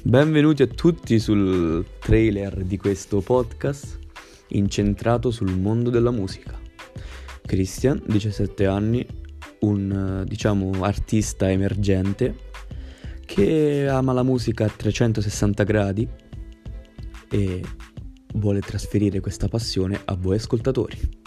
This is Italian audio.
Benvenuti a tutti sul trailer di questo podcast incentrato sul mondo della musica. Christian, 17 anni, un artista emergente che ama la musica a 360 gradi e vuole trasferire questa passione a voi ascoltatori.